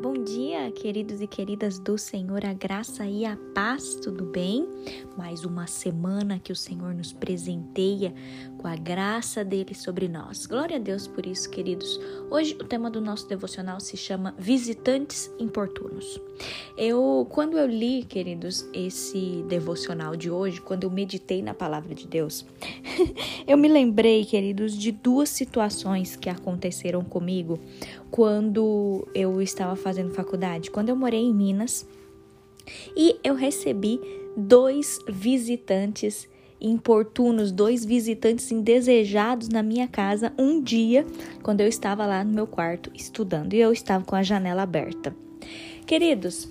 Bom dia, queridos e queridas do Senhor, a graça e a paz, tudo bem? Mais uma semana que o Senhor nos presenteia com a graça dele sobre nós. Glória a Deus por isso, queridos. Hoje o tema do nosso devocional se chama Visitantes Importunos. Quando eu li, queridos, esse devocional de hoje, quando eu meditei na palavra de Deus, eu me lembrei, queridos, de duas situações que aconteceram comigo quando eu estava fazendo faculdade, quando eu morei em Minas, e eu recebi dois visitantes importunos, dois visitantes indesejados na minha casa um dia, quando eu estava lá no meu quarto estudando, e eu estava com a janela aberta. Queridos,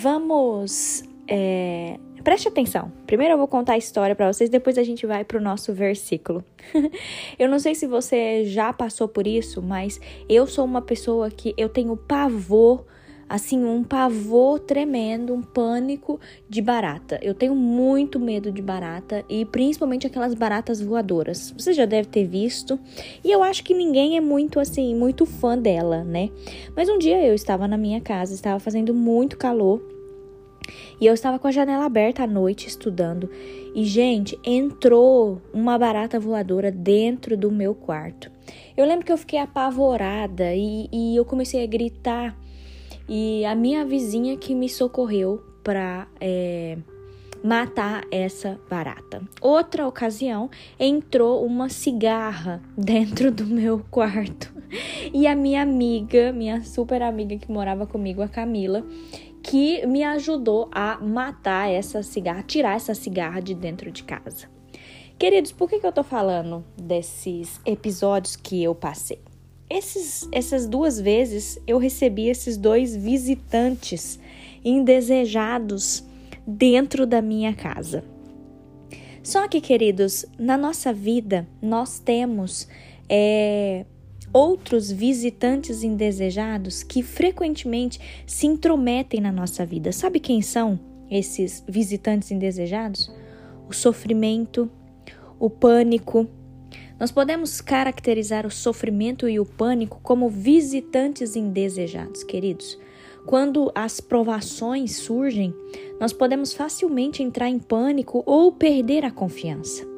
preste atenção. Primeiro eu vou contar a história para vocês, depois a gente vai para o nosso versículo. Eu não sei se você já passou por isso, mas eu sou uma pessoa que eu tenho pavor, assim, um pavor tremendo, um pânico de barata. Eu tenho muito medo de barata e principalmente aquelas baratas voadoras. Você já deve ter visto e eu acho que ninguém é muito fã dela, né? Mas um dia eu estava na minha casa, estava fazendo muito calor. E eu estava com a janela aberta à noite estudando. E, gente, entrou uma barata voadora dentro do meu quarto. Eu lembro que eu fiquei apavorada e eu comecei a gritar. E a minha vizinha que me socorreu para matar essa barata. Outra ocasião, entrou uma cigarra dentro do meu quarto. E a minha amiga, minha super amiga que morava comigo, a Camila, que me ajudou a matar essa cigarra, tirar essa cigarra de dentro de casa. Queridos, por que eu tô falando desses episódios que eu passei? Essas duas vezes eu recebi esses dois visitantes indesejados dentro da minha casa. Só que, queridos, na nossa vida nós temos outros visitantes indesejados que frequentemente se intrometem na nossa vida. Sabe quem são esses visitantes indesejados? O sofrimento, o pânico. Nós podemos caracterizar o sofrimento e o pânico como visitantes indesejados, queridos. Quando as provações surgem, nós podemos facilmente entrar em pânico ou perder a confiança.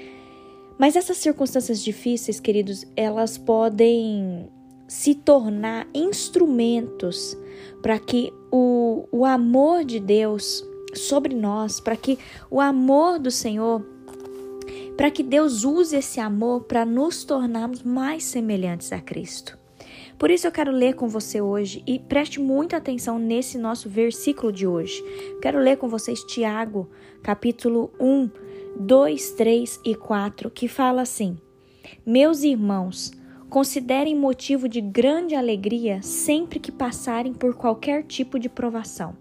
Mas essas circunstâncias difíceis, queridos, elas podem se tornar instrumentos para que o amor de Deus sobre nós, para que o amor do Senhor, para que Deus use esse amor para nos tornarmos mais semelhantes a Cristo. Por isso eu quero ler com você hoje e preste muita atenção nesse nosso versículo de hoje. Quero ler com vocês Tiago, capítulo 1, 2, 3 e 4, que fala assim: Meus irmãos, considerem motivo de grande alegria sempre que passarem por qualquer tipo de provação,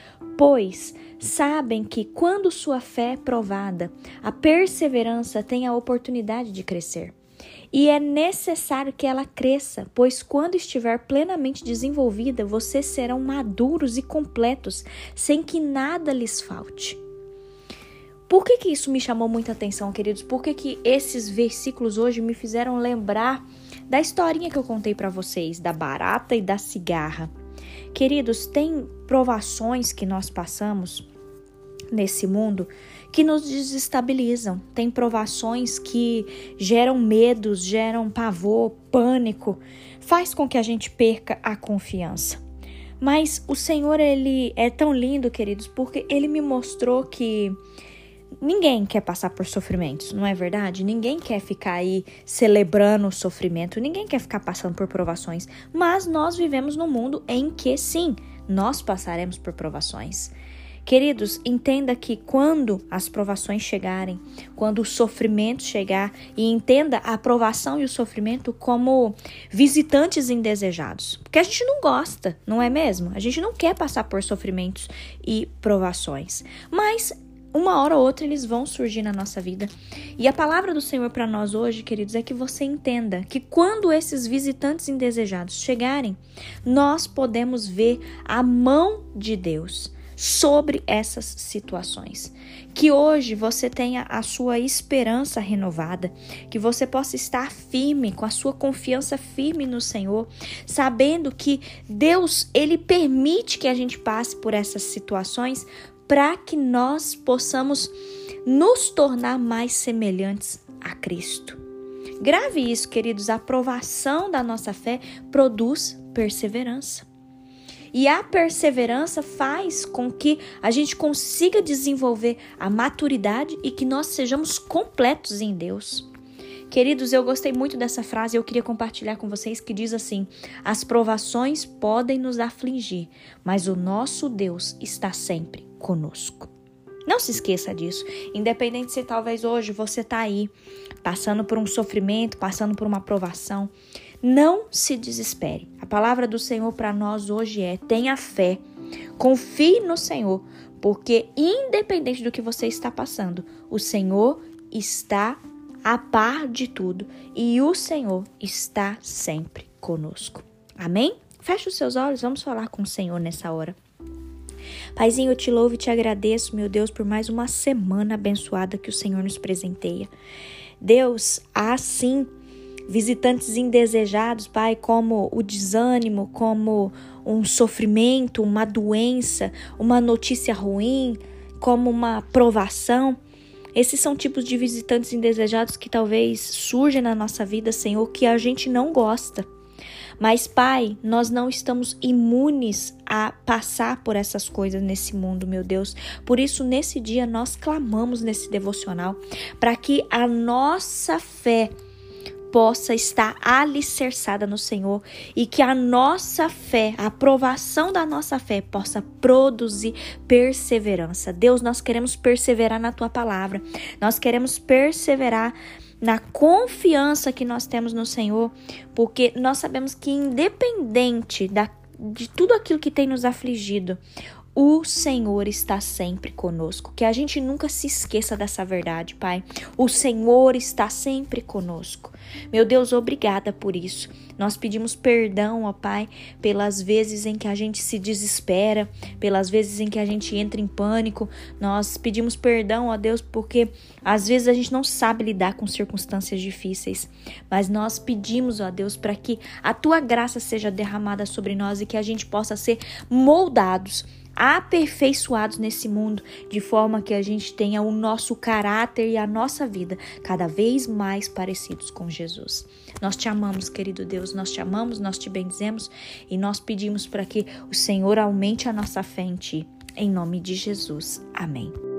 pois sabem que quando sua fé é provada, a perseverança tem a oportunidade de crescer. E é necessário que ela cresça, pois quando estiver plenamente desenvolvida, vocês serão maduros e completos, sem que nada lhes falte. Por que isso me chamou muita atenção, queridos? Por que esses versículos hoje me fizeram lembrar da historinha que eu contei para vocês, da barata e da cigarra? Queridos, tem provações que nós passamos nesse mundo que nos desestabilizam. Tem provações que geram medos, geram pavor, pânico, faz com que a gente perca a confiança. Mas o Senhor, Ele é tão lindo, queridos, porque Ele me mostrou que ninguém quer passar por sofrimentos, não é verdade? Ninguém quer ficar aí celebrando o sofrimento, ninguém quer ficar passando por provações, mas nós vivemos num mundo em que sim, nós passaremos por provações. Queridos, entenda que quando as provações chegarem, quando o sofrimento chegar, e entenda a provação e o sofrimento como visitantes indesejados, porque a gente não gosta, não é mesmo? A gente não quer passar por sofrimentos e provações, mas uma hora ou outra eles vão surgir na nossa vida. E a palavra do Senhor para nós hoje, queridos, é que você entenda que quando esses visitantes indesejados chegarem, nós podemos ver a mão de Deus sobre essas situações. Que hoje você tenha a sua esperança renovada, que você possa estar firme, com a sua confiança firme no Senhor, sabendo que Deus, Ele permite que a gente passe por essas situações para que nós possamos nos tornar mais semelhantes a Cristo. Grave isso, queridos, a aprovação da nossa fé produz perseverança. E a perseverança faz com que a gente consiga desenvolver a maturidade e que nós sejamos completos em Deus. Queridos, eu gostei muito dessa frase e eu queria compartilhar com vocês que diz assim: as provações podem nos afligir, mas o nosso Deus está sempre conosco. Não se esqueça disso, independente se talvez hoje você está aí passando por um sofrimento, passando por uma provação, não se desespere. A palavra do Senhor para nós hoje é: tenha fé, confie no Senhor, porque independente do que você está passando, o Senhor está a par de tudo e o Senhor está sempre conosco. Amém? Feche os seus olhos, vamos falar com o Senhor nessa hora. Paizinho, eu te louvo e te agradeço, meu Deus, por mais uma semana abençoada que o Senhor nos presenteia. Deus, há sim visitantes indesejados, Pai, como o desânimo, como um sofrimento, uma doença, uma notícia ruim, como uma provação. Esses são tipos de visitantes indesejados que talvez surjam na nossa vida, Senhor, que a gente não gosta. Mas, Pai, nós não estamos imunes a passar por essas coisas nesse mundo, meu Deus. Por isso, nesse dia, nós clamamos nesse devocional para que a nossa fé possa estar alicerçada no Senhor e que a nossa fé, a aprovação da nossa fé possa produzir perseverança. Deus, nós queremos perseverar na Tua palavra. Nós queremos perseverar na confiança que nós temos no Senhor, porque nós sabemos que independente de tudo aquilo que tem nos afligido, o Senhor está sempre conosco. Que a gente nunca se esqueça dessa verdade, Pai. O Senhor está sempre conosco. Meu Deus, obrigada por isso. Nós pedimos perdão, ó Pai, pelas vezes em que a gente se desespera, pelas vezes em que a gente entra em pânico. Nós pedimos perdão, ó Deus, porque às vezes a gente não sabe lidar com circunstâncias difíceis. Mas nós pedimos, ó Deus, para que a Tua graça seja derramada sobre nós e que a gente possa ser moldados, aperfeiçoados nesse mundo, de forma que a gente tenha o nosso caráter e a nossa vida cada vez mais parecidos com Jesus. Nós te amamos, querido Deus, nós te amamos, nós te bendizemos e nós pedimos para que o Senhor aumente a nossa fé em Ti. Em nome de Jesus. Amém.